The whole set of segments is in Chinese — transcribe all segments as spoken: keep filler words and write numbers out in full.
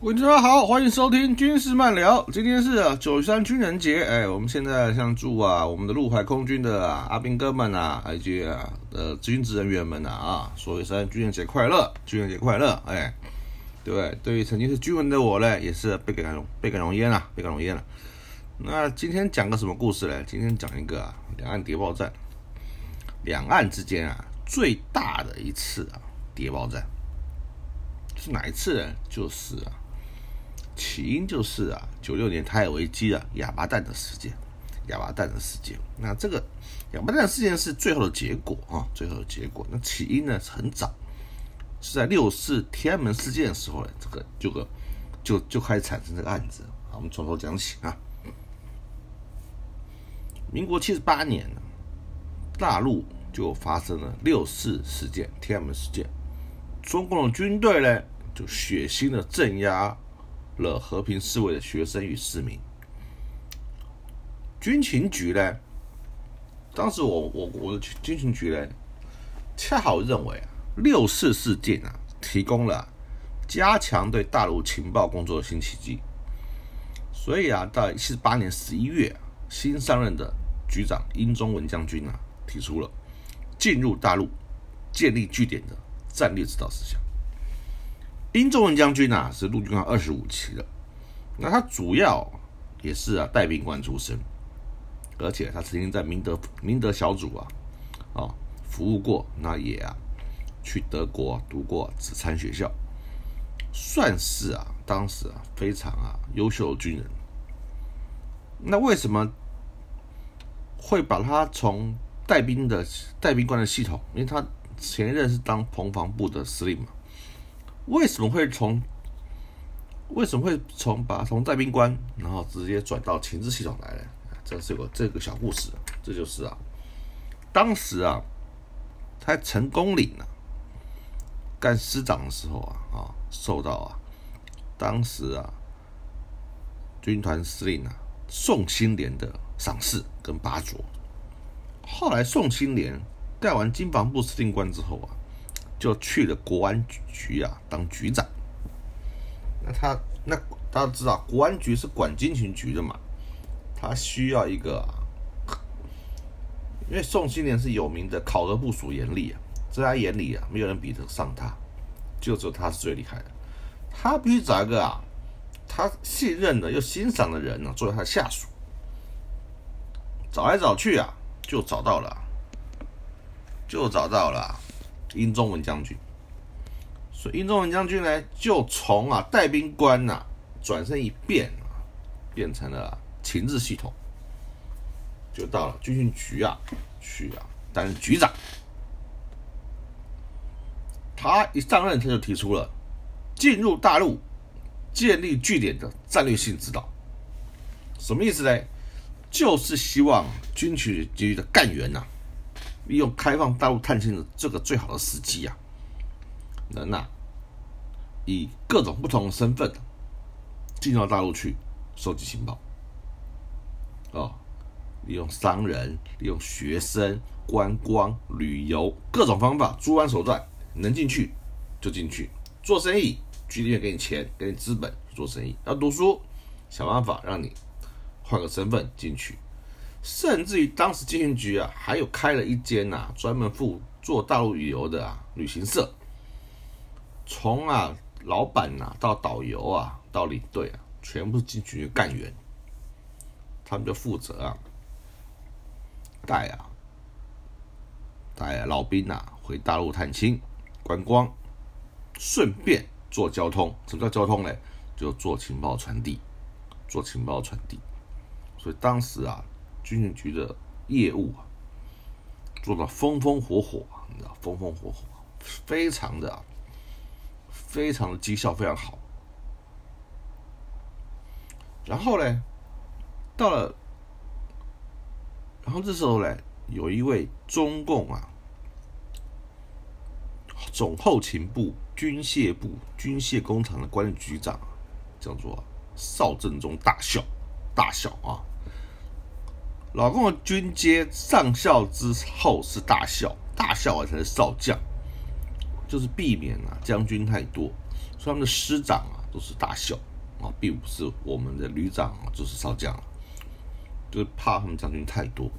各位大家好，欢迎收听军事漫聊。今天是啊九三军人节，哎，我们现在像祝啊我们的陆海空军的啊阿兵哥们啊，以及啊呃军职人员们啊啊，所以三军人节快乐，军人节快乐，哎，对不对？对于曾经是军人的我呢，也是倍感荣倍感荣焉啊，倍感荣焉了。那今天讲个什么故事呢？今天讲一个啊两岸谍报战，两岸之间啊最大的一次啊谍报战是哪一次呢？就是啊。起因就是啊，九六年台海危机啊，哑巴弹的事件，哑巴弹的事件。那这个哑巴弹的事件是最后的结果啊，最后的结果。那起因呢很早，是在六四天安门事件的时候呢，这个就个就就开始产生这个案子。好，我们从头讲起啊。民国七十八年，大陆就发生了六四事件，天安门事件。中共的军队呢，就血腥的镇压了和平示威的学生与市民。军情局呢，当时我我我的军情局呢，恰好认为啊，六四事件啊，提供了加强对大陆情报工作的新契机。所以啊，到七十八年十一月，新上任的局长殷宗文将军啊，提出了进入大陆、建立据点的战略指导思想。殷宗文将军啊是陆军号二十五期的，那他主要也是啊带兵官出身，而且他曾经在明德明德小组啊啊服务过，那也啊去德国读过子参学校，算是啊当时啊非常啊优秀的军人。那为什么会把他从带兵的带兵官的系统，因为他前一任是当澎防部的司令嘛。为什么会从为什么会从把从带兵官，然后直接转到情治系统来呢？这是有这个小故事，这就是啊，当时啊，他在成功岭啊干师长的时候啊啊，受到啊当时啊军团司令啊宋新莲的赏识跟拔擢。后来宋新莲干完经防部司令官之后啊，就去了国安局啊当局长。那他那大家知道国安局是管军情局的嘛，他需要一个、啊，因为宋新莲是有名的考核部署严厉啊，在他眼里啊没有人比得上他，就只有他是最厉害的。他必须找一个啊他信任的又欣赏的人呢、啊、作为他的下属。找来找去啊，就找到了，就找到了。殷宗文将军，所以殷宗文将军呢，就从啊带兵官啊转身一变啊，变成了、啊、情治系统，就到了军情局啊去啊担任局长。他一上任，他就提出了进入大陆、建立据点的战略性指导。什么意思呢？就是希望军情局的干员呐、啊。利用开放大陆探亲的这个最好的时机啊，能啊以各种不同的身份进到大陆去收集情报，哦，利用商人、利用学生、观光、旅游各种方法、诸般手段，能进去就进去。做生意，局里面给你钱，给你资本做生意；要读书，想办法让你换个身份进去。甚至于当时军情局啊，还有开了一间啊，专门负做大陆旅游的啊旅行社。从啊老板啊到导游啊到领队啊，全部是军情局干员，他们就负责啊带啊带啊老兵啊回大陆探亲、观光，顺便做交通。什么叫交通呢？就做情报传递，做情报传递。所以当时啊。军情局的业务啊，做到风风火火，你知道，风风火火，非常的、啊、非常的绩效非常好。然后呢，到了，然后这时候呢，有一位中共啊总后勤部、军械部、军械工厂的管理局长，叫做邵正宗大校，大校啊。老共的军阶上校之后是大校，大校才是少将，就是避免啊将军太多，所以他们的师长啊都是大校啊，并不是我们的旅长就是少将，就是怕他们将军太多。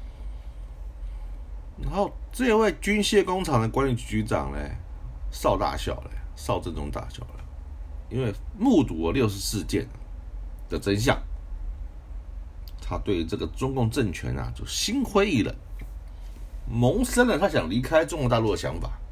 然后这位军械工厂的管理局长呢，邵大校嘞，邵正中大校嘞，因为目睹了六四事件的真相，他对这个中共政权啊就心灰意冷，萌生了他想离开中国大陆的想法。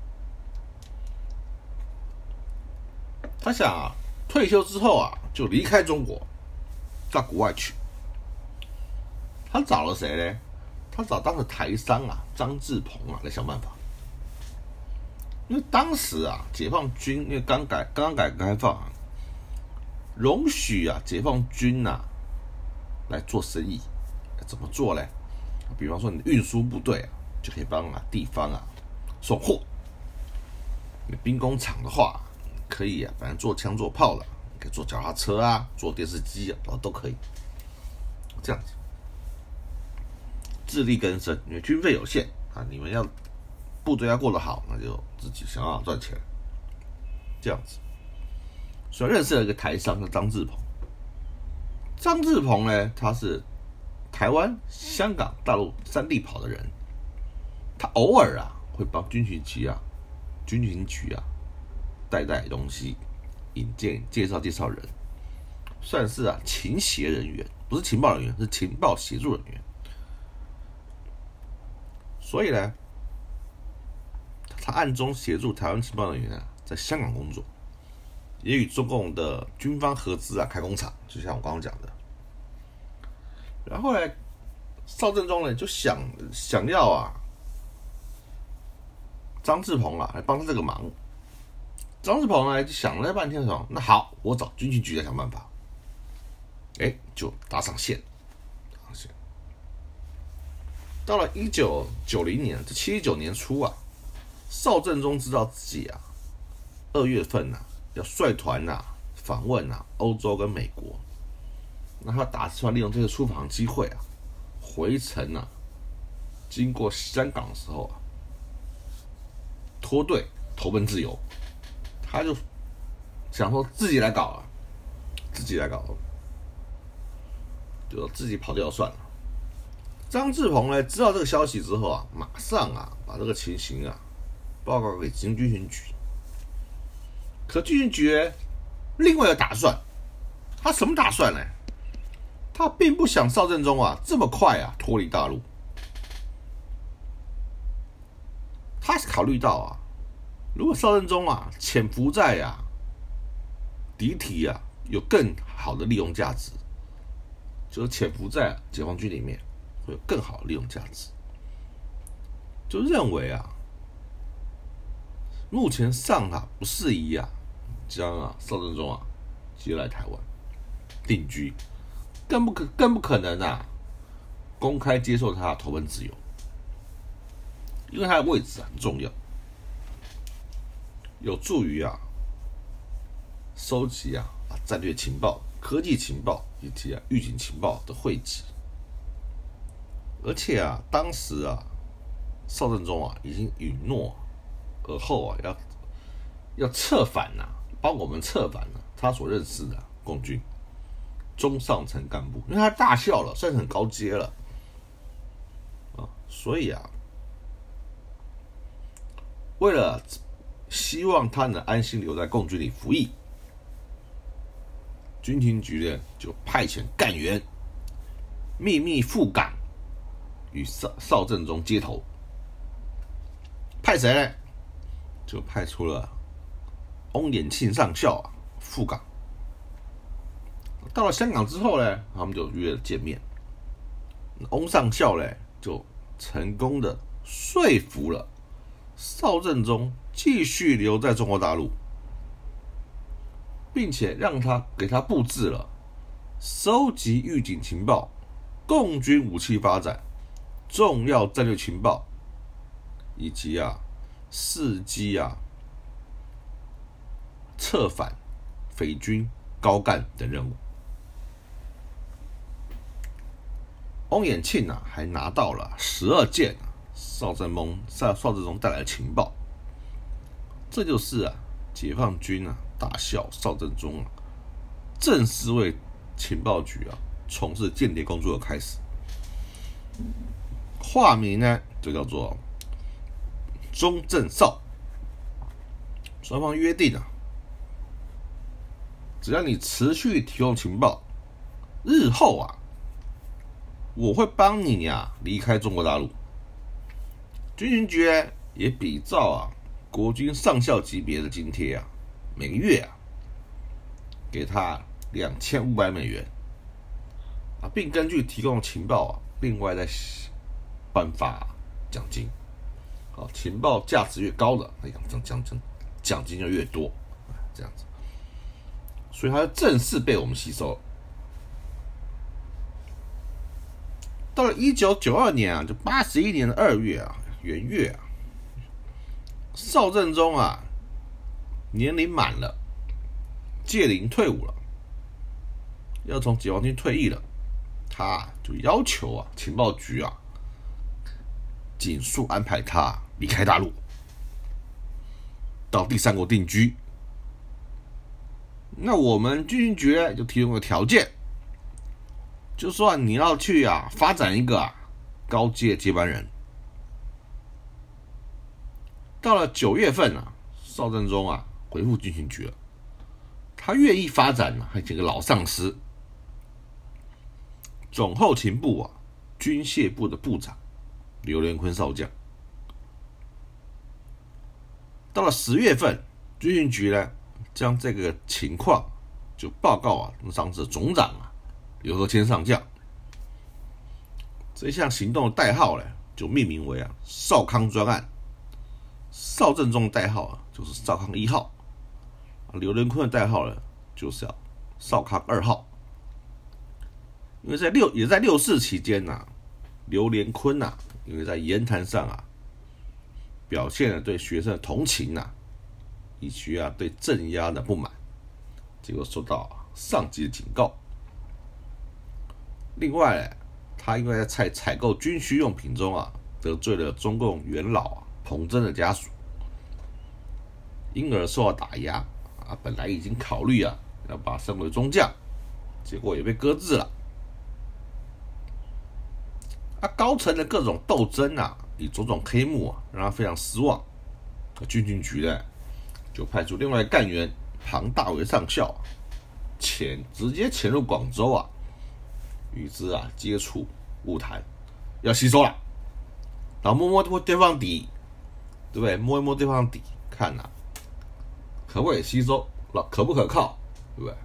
他想啊，退休之后啊就离开中国，到国外去。他找了谁呢？他找当时台商啊张志鹏啊来想办法。因为当时啊解放军因为刚改刚刚改革开放啊，容许啊解放军啊来做生意，怎么做呢？比方说你的运输部队啊就可以帮啊地方啊送货，你兵工厂的话可以啊，反正做枪做炮的，可以做脚踏车啊，做电视机啊，然后都可以这样子自力更生，因为军费有限啊，你们要部队要过得好，那就自己想办法赚钱，这样子。所以认识了一个台商叫张志鹏。张志鹏呢，他是台湾、香港、大陆三地跑的人，他偶尔啊会帮军情局啊、军情局啊带带东西，引荐介绍介绍人，算是啊情协人员，不是情报人员，是情报协助人员。所以呢，他暗中协助台湾情报人员啊，在香港工作，也与中共的军方合资啊开工厂，就像我刚刚讲的。然后呢，邵正中呢就想想要啊，张志鹏啊来帮他这个忙。张志鹏呢就想了半天说，那好，我找军情局来想办法。哎，就搭上线，搭上线。到了一九九零年，这七十九年初啊，邵正中知道自己啊，二月份啊要率团啊访问啊欧洲跟美国，那他打算利用这个出访机会啊，回程啊，经过香港的时候啊，脱队投奔自由，他就想说自己来搞啊，自己来搞，就自己跑掉算了。张志鹏呢知道这个消息之后啊，马上啊把这个情形啊报告给军情局。可军情局呢另外有打算，他什么打算呢？他并不想邵正中啊这么快啊脱离大陆。他考虑到啊，如果邵正中啊潜伏在啊敌体啊有更好的利用价值，就是潜伏在解放军里面。会有更好的利用价值，就认为啊，目前上啊不适宜啊，将啊邵正中啊接来台湾定居，更不可更不可能啊公开接受他投奔自由，因为他的位置很重要，有助于啊收集啊战略情报、科技情报以及啊预警情报的汇集。而且啊，当时啊，邵正中啊已经允诺，而后啊要要策反呐、啊，帮我们策反啊他所认识的、啊、共军中上层干部，因为他大校了，算是很高阶了啊，所以啊，为了希望他能安心留在共军里服役，军情局呢就派遣干员秘密赴港。与邵邵正中接头，派谁呢？就派出了翁衍庆上校啊赴港。到了香港之后呢，他们就约了见面。翁上校呢就成功的说服了邵正中继续留在中国大陆，并且让他给他布置了收集预警情报、共军武器发展。重要战略情报，以及啊伺机啊策反匪军高干等任务。翁衍庆啊还拿到了十二件啊邵正中邵邵正中带来的情报，这就是啊解放军啊大校邵正中啊正式为情报局啊从事间谍工作的开始。化名呢就叫做钟正少。双方约定啊，只要你持续提供情报，日后啊，我会帮你啊离开中国大陆。军情局也比照啊国军上校级别的津贴啊，每个月啊给他两千五百美元啊，并根据提供的情报啊，另外再颁发奖金。好，情报价值越高的，哎，奖奖奖奖金就越多，这样子。所以他就正式被我们吸收了。到了一九九二年啊，就八十一年的二月啊，元月啊，邵正宗啊年龄满了，届龄退伍了，要从解放军退役了，他就要求啊情报局啊紧速安排他离开大陆，到第三国定居。那我们军情局就提供个条件，就说、啊、你要去啊发展一个、啊、高阶接班人。到了九月份啊，邵正宗啊回复军情局了，他愿意发展啊，还请个老上司，总后勤部啊军械部的部长刘连坤少将。到了十月份，军情局呢将这个情况就报告啊当时的总长啊刘和谦上将。这项行动的代号呢就命名为啊邵康专案。邵正宗的代号啊就是邵康一号，刘连坤的代号呢就是要邵康二号。因为在六也在六四期间呐、啊，刘连坤呐、啊，因为在言谈上啊表现了对学生的同情呐、啊，以及啊对镇压的不满，结果受到、啊、上级的警告。另外呢，他因为在采采购军需用品中啊得罪了中共元老啊彭真的家属，因而受到打压啊。本来已经考虑啊要把他升为中将，结果也被搁置了。啊，高层的各种斗争啊，以种种黑幕啊，让他非常失望。军情局呢，就派出另外一个干员庞大为上校、啊，潜直接潜入广州啊，与之啊接触晤谈，要吸收了。然后摸摸对方底，对不对？摸一摸对方底，看啊，可不可以吸收，可不可靠，对不对？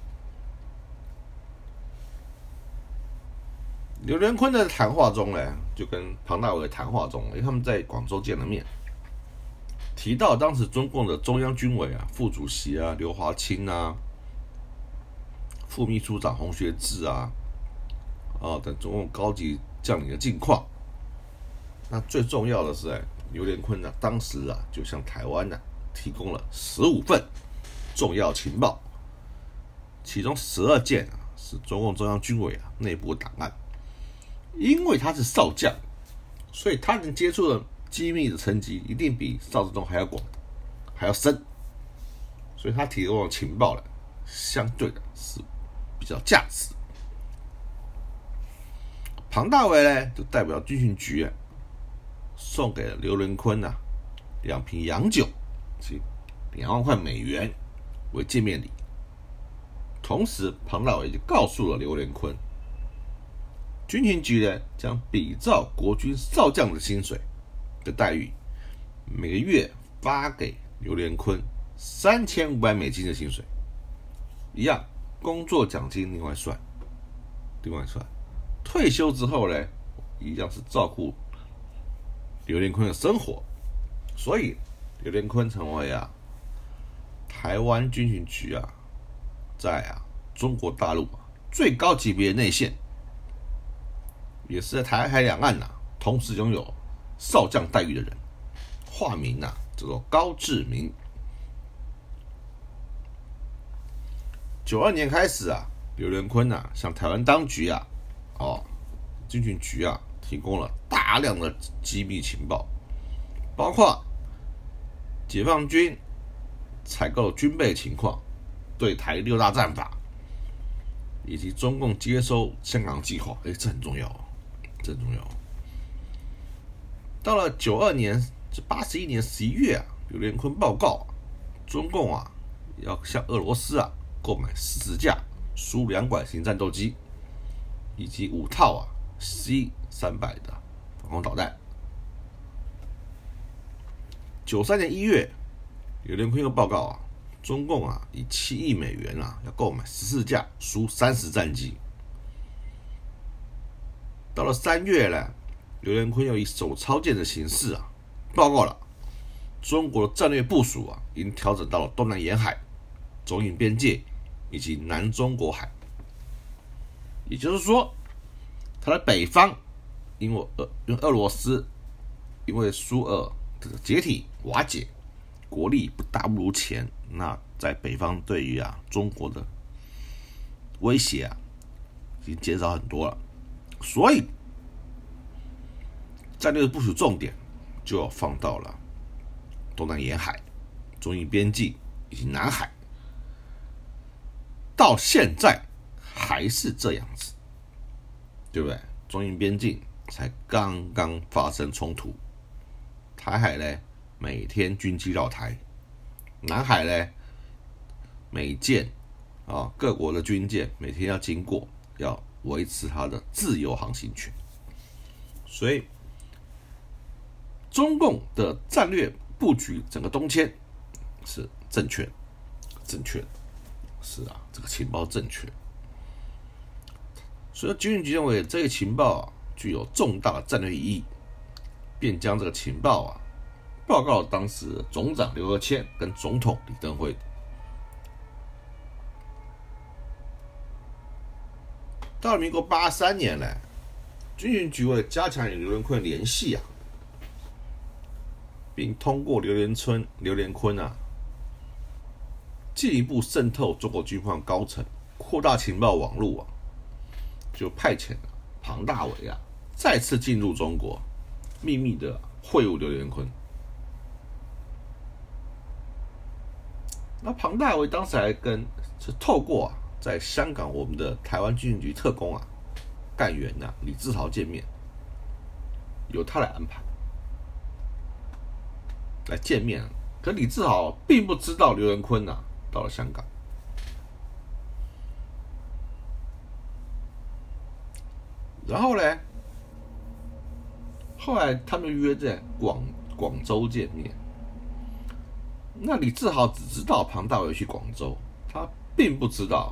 刘连坤的谈话中呢，就跟庞大伟的谈话中，因为他们在广州见了面，提到当时中共的中央军委啊，副主席啊刘华清啊，副秘书长洪学智啊，啊等中共高级将领的近况。那最重要的是，刘连坤呢，当时啊就向台湾呢提供了十五份重要情报，其中十二件啊是中共中央军委啊内部档案。因为他是少将，所以他能接触的机密的层级一定比邵正宗还要广，还要深，所以他提供的情报呢，相对的是比较价值。庞大伟呢，就代表军情局、啊、送给了刘连坤啊两瓶洋酒及两万块美元为见面礼。同时，庞大伟就告诉了刘连坤，军情局呢将比照国军少将的薪水的待遇，每个月发给刘连坤三千五百美金的薪水，一样工作奖金另外算，另外算。退休之后呢，一样是照顾刘连坤的生活，所以刘连坤成为啊台湾军情局啊在啊中国大陆、啊、最高级别的内线。也是在台海两岸、啊、同时拥有少将待遇的人，化名啊叫做高志明。九二年开始啊，刘连坤啊向台湾当局啊，哦，军情局啊提供了大量的机密情报，包括解放军采购军备情况、对台六大战法、 以及中共接收香港计划，哎，这很重要，这很重要。到了九二年，这八十一年十一月啊，刘连坤报告，中共啊要向俄罗斯啊购买四十架苏两管型战斗机，以及五套啊 C 三百的防空导弹。九三年一月，刘连坤又报告啊，中共啊以七亿美元啊要购买十四架苏三十战机。到了三月呢，刘连坤又以手抄件的形式啊报告了，中国的战略部署啊已经调整到了东南沿海、中印边界以及南中国海。也就是说，它的北方因为俄因为俄罗斯因为苏俄这个解体瓦解，国力不大不如前，那在北方对于啊中国的威胁啊已经减少很多了，所以战略的部署重点就要放到了东南沿海、中印边境以及南海。到现在还是这样子，对不对？中印边境才刚刚发生冲突，台海呢每天军机绕台，南海呢每舰啊各国的军舰每天要经过，要维持它的自由航行权。所以中共的战略布局整个东迁是正确的，正确的，是啊，这个情报正确。所以军情局认为这个情报啊具有重大的战略意义，便将这个情报啊报告当时总长刘和谦跟总统李登辉。到了民国八十三年呢，军情局为了加强与刘连坤联系啊，并通过刘连春、刘连坤啊，进一步渗透中国军方高层，扩大情报网络啊，就派遣了庞大为啊，再次进入中国，秘密的会晤刘连坤。那庞大为当时还跟是透过啊，在香港我们的台湾军情局特工啊干员啊李志豪见面，由他来安排来见面。可李志豪并不知道刘连坤啊到了香港。然后呢，后来他们约在广广州见面。那李志豪只知道庞大为去广州，他并不知道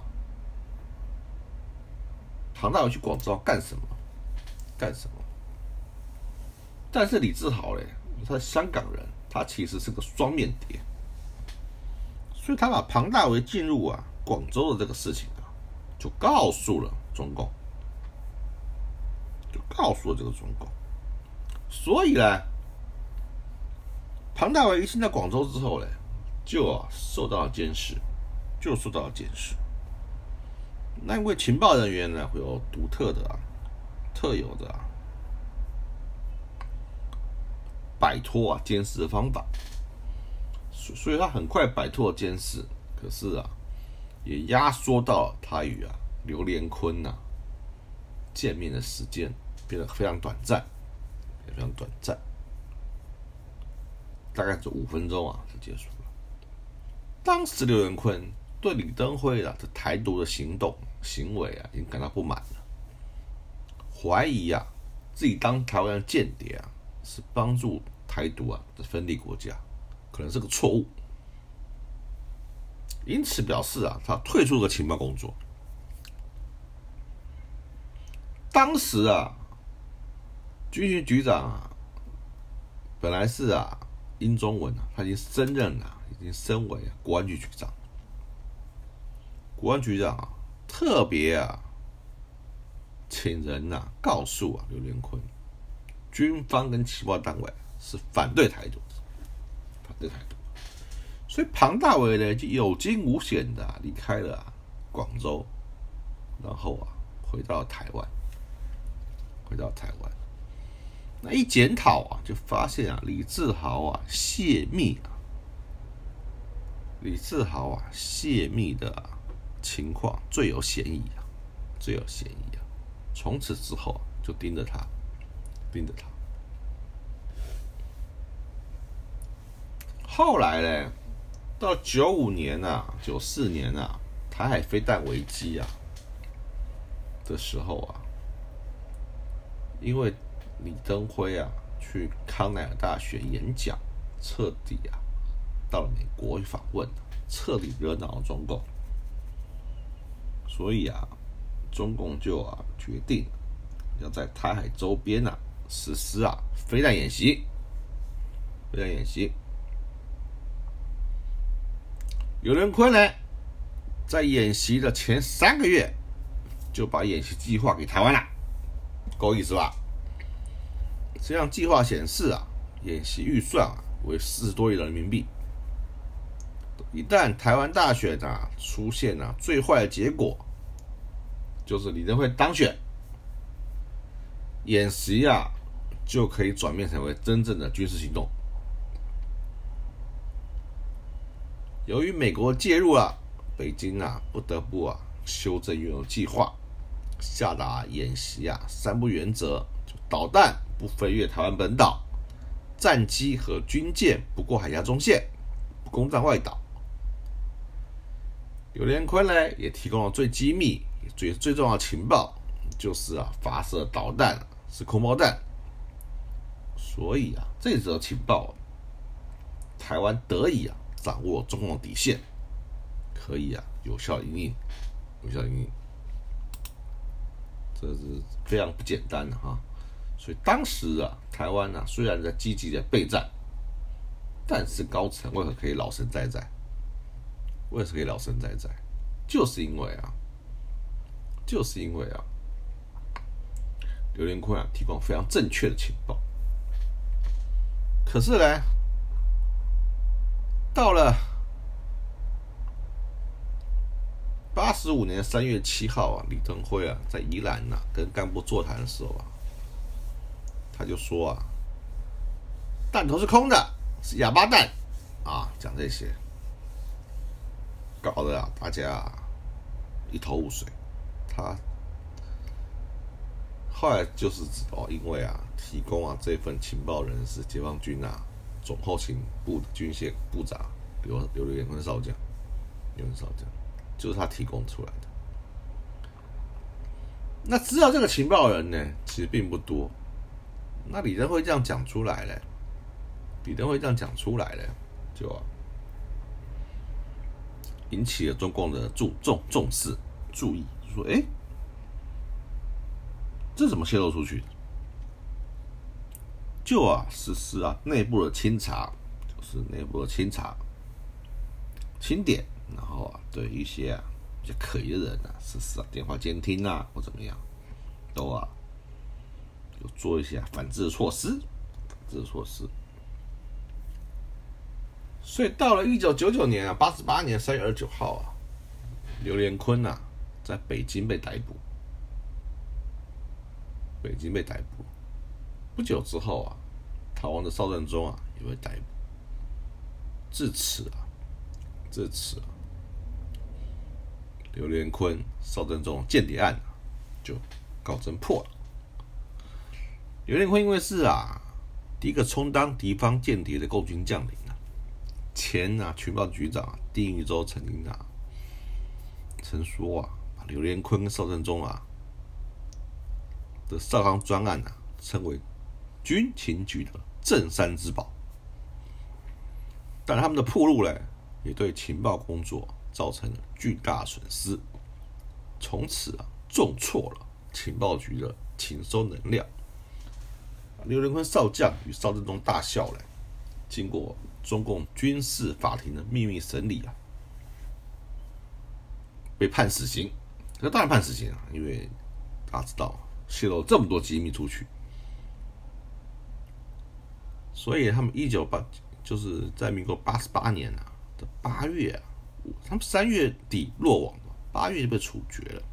庞大为去广州干什么，干什么。但是李志豪嘞，他是香港人，他其实是个双面谍，所以他把庞大为进入啊广州的这个事情啊，就告诉了中共，就告诉了这个中共。所以呢，庞大为一进到广州之后呢，就啊受到了监视，就受到了监视。那因为情报人员呢会有独特的啊、特有的啊摆脱啊监视的方法，所以他很快摆脱了监视。可是啊，也压缩到他与啊刘连坤啊见面的时间变得非常短暂，非常短暂，大概只五分钟啊就结束了。当时刘连坤对李登辉啊这台独的行动行为啊已经感到不满了，怀疑啊自己当台湾的间谍啊是帮助台独啊的分立国家，可能是个错误，因此表示啊他退出了情报工作。当时啊军情局长啊本来是啊殷宗文啊，他已经升任了，已经升为、啊、国安局局长。国安局长啊特别啊请人啊告诉啊刘连坤，军方跟情报单位是反对台独的，反对台独。所以庞大为呢就有惊无险的、啊、离开了、啊、广州，然后啊回到台湾，回到台湾。那一检讨啊，就发现啊李志豪啊泄密啊，李志豪啊泄密的、啊、情况最有嫌疑啊。 最有嫌疑啊。从此之后啊，就盯着他，盯着他。后来呢，到九五年啊，九四年啊，台海飞弹危机啊的时候啊，因为李登辉啊去康奈尔大学演讲，彻底啊到了美国去访问，彻底惹恼了中共，所以啊，中共就啊决定要在台海周边啊实施啊飞弹演习，飞弹演习。刘连坤呢，在演习的前三个月就把演习计划给台湾了，够意思吧？这样计划显示啊，演习预算啊为四十多亿人民币。一旦台湾大选啊出现啊最坏的结果，就是李登辉当选，演习啊就可以转变成为真正的军事行动。由于美国介入啊，北京啊不得不啊修正原有计划，下达演习啊三不原则：就导弹不飞越台湾本岛，战机和军舰不过海峡中线，不攻占外岛。刘连坤呢也提供了最机密、也最最重要的情报，就是啊发射导弹是空包弹。所以啊这则情报，台湾得以啊掌握中共的底线，可以啊有效因应，有效因应，这是非常不简单的哈。所以当时啊，台湾啊虽然在积极的备战，但是高层为何可以老神在在？为什么可以老神在在？就是因为啊，就是因为啊，刘连坤啊提供非常正确的情报。可是呢，到了八十五年三月七号啊，李登辉啊在宜兰啊跟干部座谈的时候啊，他就说啊，弹头是空的，是哑巴弹啊，讲这些，搞得啊大家啊一头雾水。他后来就是哦，因为啊提供啊这份情报人是解放军啊总后勤部的军械部长刘刘连坤少将，刘连坤少将就是他提供出来的。那知道这个情报人呢，其实并不多。那李登辉这样讲出来了，李登辉这样讲出来了，就、啊、引起了中共的重重重视注意，说哎。诶这怎么泄露出去的？就啊，实施啊内部的清查，就是内部的清查、清点，然后啊对一些啊比较可疑的人啊实施啊电话监听啊或怎么样，都啊有做一些、啊、反制措施，反制措施。所以到了一九九九年啊，八十八年三月二十九号啊，刘连坤啊在北京被逮捕。北京被逮捕，不久之后啊，逃亡的邵正中啊也被逮捕。至此啊，至此啊，刘连坤、邵正中间谍案、啊、就告侦破了。刘连坤因为是啊第一个充当敌方间谍的共军将领啊，前啊情报局长、啊、丁玉洲曾经啊曾说啊，把刘连坤跟邵正中啊的少康专案啊，称为军情局的镇山之宝。但他们的暴露呢，也对情报工作造成了巨大损失，从此啊，重挫了情报局的情收能量。刘连坤少将与邵正中大校呢，经过中共军事法庭的秘密审理啊，被判死刑。这当然判死刑啊，因为大家知道。泄露这么多机密出去，所以他们一九八就是在民国八十八年啊的八月啊，他们三月底落网，八月就被处决了。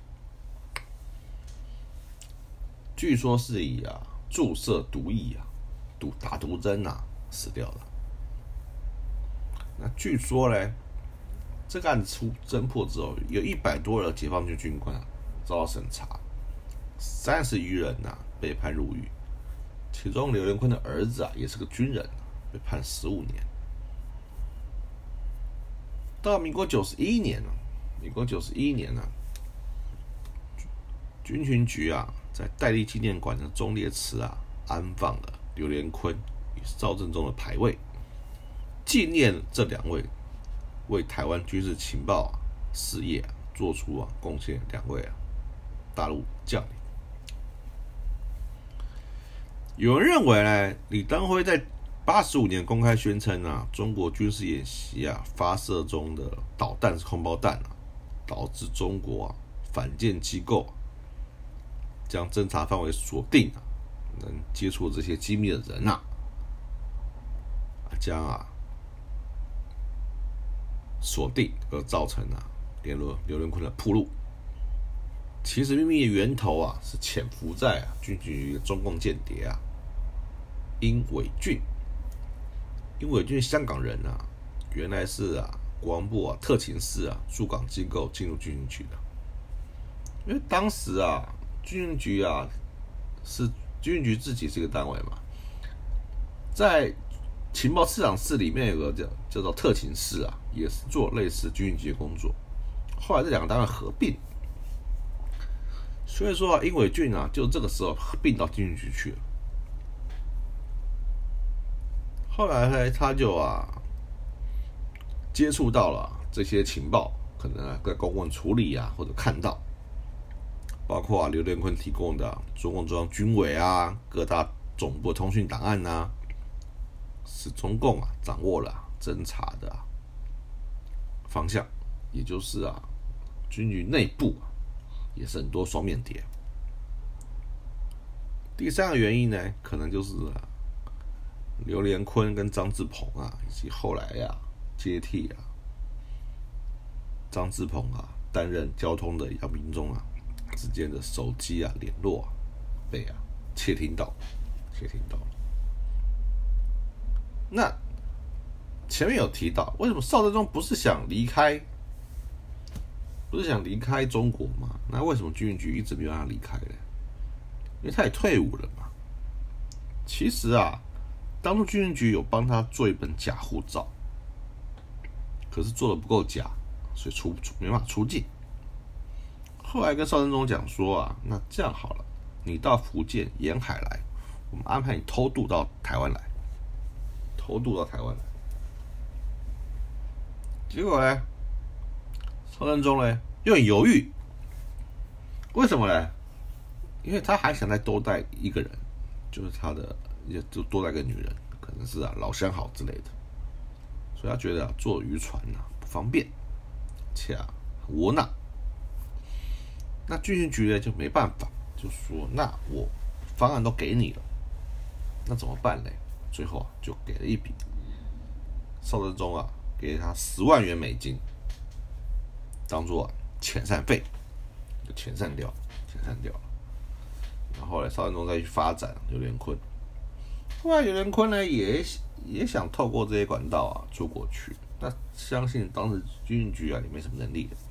据说是以啊注射毒液啊，毒打毒针啊死掉了。那据说呢，这个案子出侦破之后，有一百多的解放军军官啊遭到审查，三十余人啊被判入狱，其中刘连坤的儿子啊也是个军人，被判十五年。到民国九十一年啊，民国九十一年啊，军情局啊在戴笠纪念馆的忠烈祠啊安放了刘连坤与赵正忠的牌位，纪念这两位为台湾军事情报、啊、事业、啊、做出啊贡献两位啊大陆将领。有人认为呢，李登辉在八十五年公开宣称啊，中国军事演习啊发射中的导弹是空包弹啊，导致中国啊反间机构、啊、将侦查范围锁定啊，能接触这些机密的人啊，将啊锁定而造成啊刘刘连坤的暴露。其实秘密的源头啊是潜伏在啊军情局的中共间谍啊殷伟俊。殷伟俊香港人啊，原来是啊国防部啊特勤室啊驻港机构进入军情局的。因为当时啊军情局啊是军情局自己是一个单位嘛，在情报次长室里面有个叫叫做特勤室啊，也是做类似军情局的工作。后来这两个单位合并，所以说啊，殷伟俊啊，就这个时候并到军情局去了。后来呢，他就啊接触到了这些情报，可能啊在公文处理啊，或者看到，包括啊刘连坤提供的中共中央军委啊各大总部通讯档案啊，使中共啊掌握了、啊、侦查的、啊、方向，也就是啊军局内部、啊、也是很多双面谍。第三个原因呢，可能就是啊刘连坤跟张志鹏啊，以及后来啊接替啊张志鹏啊担任交通的杨明忠啊之间的手机啊联络啊被啊窃听到，窃听到了。那前面有提到，为什么邵正忠不是想离开，不是想离开中国吗？那为什么军情局一直没有让他离开呢？因为他也退伍了嘛。其实啊。当初军情局有帮他做一本假护照，可是做的不够假，所以出出没办法出境。后来跟邵正忠讲说啊，那这样好了，你到福建沿海来，我们安排你偷渡到台湾来，偷渡到台湾来。结果呢，邵正忠呢又很犹豫，为什么呢？因为他还想再多带一个人，就是他的。也就多带个女人，可能是啊老相好之类的，所以他觉得、啊、坐渔船啊不方便，且啊很窝囊。那军情局呢就没办法，就说那我方案都给你了，那怎么办呢？最后啊就给了一笔，邵正忠啊给他十万元美金，当做、啊、遣散费，就遣散掉，遣散掉了。然后呢，邵正忠再去发展刘连坤。后来刘连坤呢也也想透过这些管道啊出国去，那相信当时军情局啊也没什么能力的，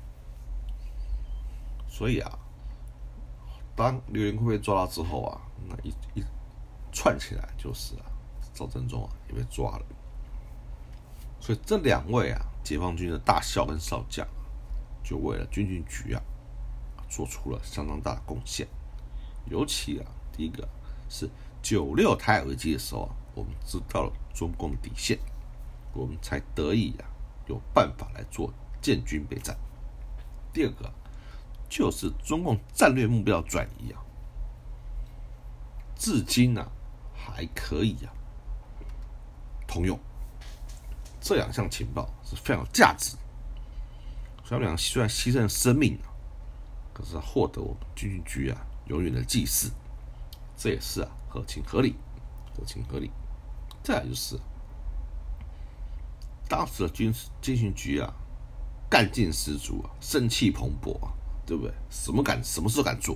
所以啊，当刘连坤被抓到之后啊，那一一串起来就是啊，赵正忠啊也被抓了，所以这两位啊解放军的大校跟少将，就为了军情局啊做出了相当大的贡献，尤其啊第一个是。九六台海危机的时候啊，我们知道了中共的底线，我们才得以啊有办法来做建军备战。第二个就是中共战略目标转移啊，至今啊还可以啊通用。这两项情报是非常有价值，所以他们俩虽然牺牲了生命啊，可是获得我们军情局啊永远的祭祀，这也是啊。合情合理，合情合理。再来就是，当时的军军情局啊，干劲十足啊，生气蓬勃啊，对不对？什么敢，什么事都敢做。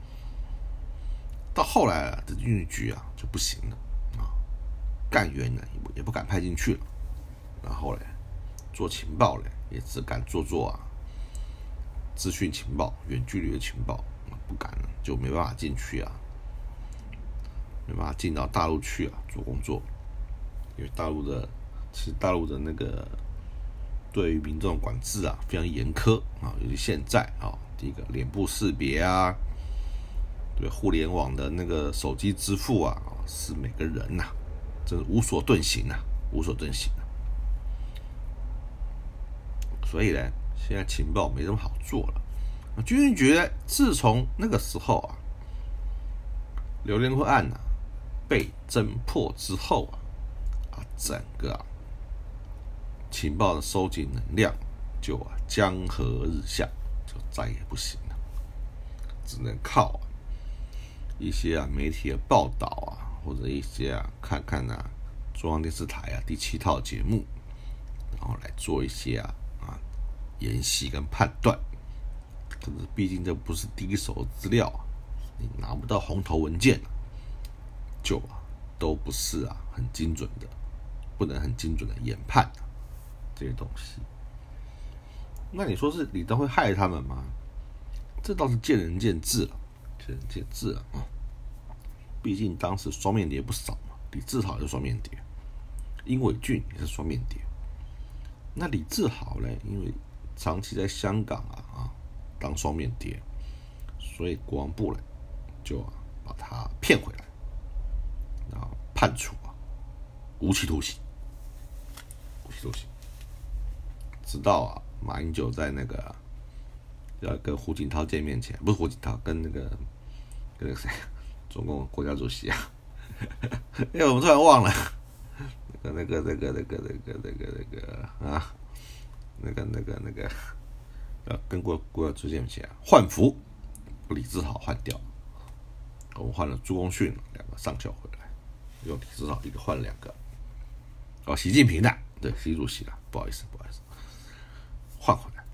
到后来啊，这军情局啊就不行了啊，干员呢也不敢派进去了，然后呢，做情报呢也只敢做做啊资讯情报、远距离的情报，不敢了，就没办法进去啊，没办法进到大陆去啊做工作，因为大陆的其实大陆的那个对于民众管制啊非常严苛啊，尤其现在啊，第一个脸部识别啊，对互联网的那个手机支付啊，是每个人呐、啊，真是无所遁形啊，无所遁形啊。所以呢，现在情报没这么好做了。军情局呢，自从那个时候啊，刘连辉案啊被侦破之后啊，啊整个啊情报的收集能量就啊江河日下，就再也不行了，只能靠、啊、一些啊媒体的报道啊，或者一些啊看看啊中央电视台啊第七套节目，然后来做一些啊啊研析跟判断。可是毕竟这不是第一手资料啊，你拿不到红头文件、啊，就啊都不是啊很精准的，不能很精准的研判、啊、这些东西。那你说是李登辉害他们吗？这倒是见仁见智了，见仁见智了啊。毕竟当时双面谍不少嘛，李志豪也是双面谍，殷伟俊也是双面谍。那李志豪呢，因为长期在香港啊啊当双面谍，所以国防部呢就、啊、把他骗回来，然后判处啊无期徒刑，无期徒刑，直到啊马英九在那个、啊、要跟胡锦涛见面前，不是胡锦涛，跟那个跟那个谁，中共国家主席啊，因为我们突然忘了那个那个那个那个那个那个那个啊，那个那个那个。呃，跟国国家主席面前换服，李志豪换掉，我们换了朱功训两个上校回来，用李志豪一个换了两个，哦，习近平的，对，习主席的，不好意思，不好意思，换回来。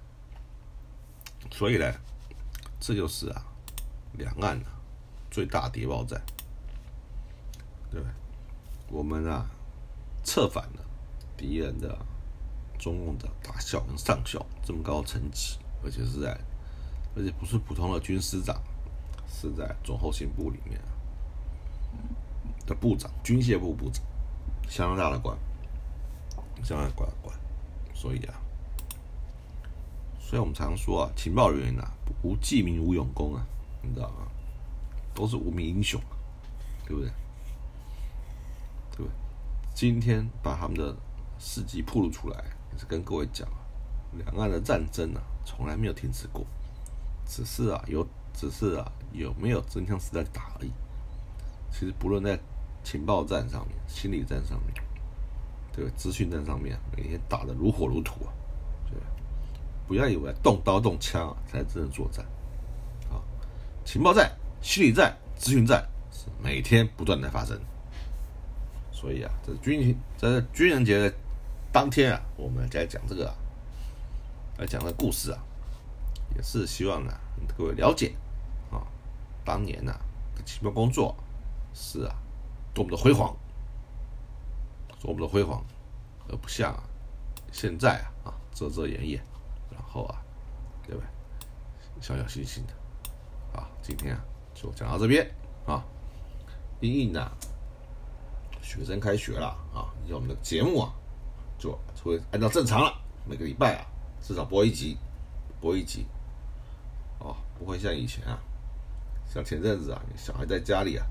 所以呢，这就是啊，两岸啊最大谍报战，对不对？我们啊策反了敌人的。中共的大校跟上校这么高的层级，而且是在，而且不是普通的军师长，是在总后勤部里面的部长，军械部部长，相当大的官，相当大的官。所以啊，所以我们常说啊，情报人员啊，无记名无勇功啊，你知道吗？都是无名英雄，对不对？对不对？今天把他们的事迹暴露出来。是跟各位讲啊，两岸的战争啊，从来没有停止过，只是啊有，只是啊有没有真枪实弹打而已。其实不论在情报战上面、心理战上面，对吧？资讯战上面，每天打得如火如荼啊，对吧？不要以为动刀动枪啊才是真正作战啊，情报战、心理战、资讯战是每天不断的发生。所以啊，这军情，这军人节的当天啊，我们来讲这个、啊，来讲这个故事啊，也是希望呢各位了解啊，当年呢、啊、的情报工作是啊多么的辉煌，多么的辉煌，而不像、啊、现在啊啊遮遮掩掩，然后啊，对不对？小小心心的。好，今天啊就讲到这边啊，因应啊学生开学了啊，以后我们的节目啊。就会按照正常了，每个礼拜啊至少播一集，播一集，哦，不会像以前啊，像前阵子啊，小孩在家里啊，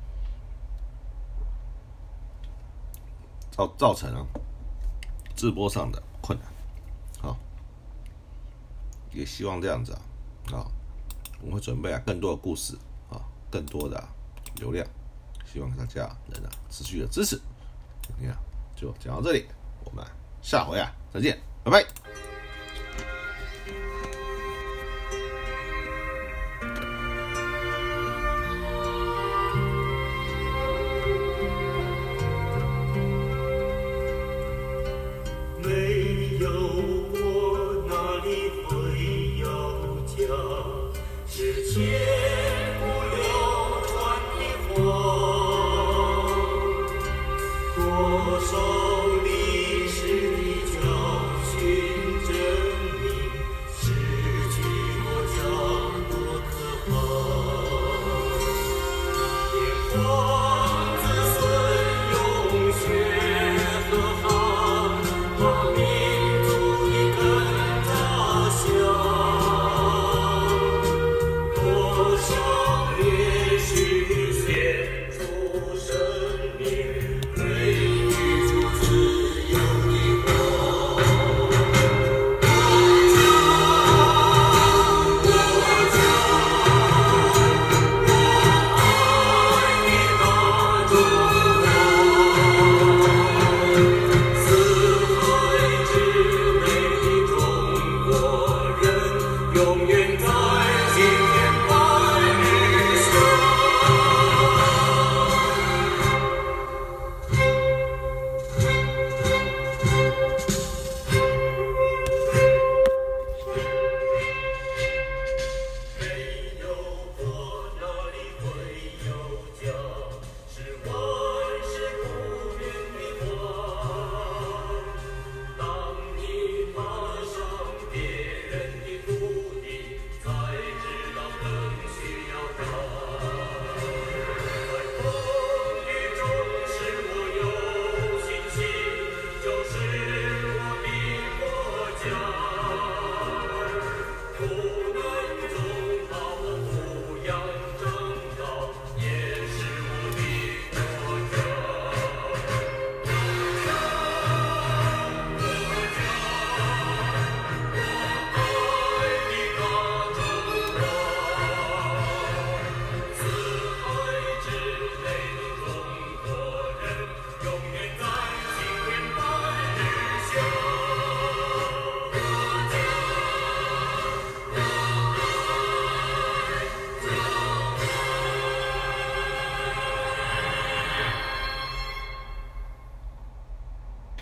造造成啊直播上的困难，好、哦，也希望这样子啊，啊、哦，我们会准备啊更多的故事啊，更多的、啊、流量，希望大家能啊持续的支持，今天啊就讲到这里。我们下回啊再见，拜拜。 没有国哪里会有家，是千古流传的话，多少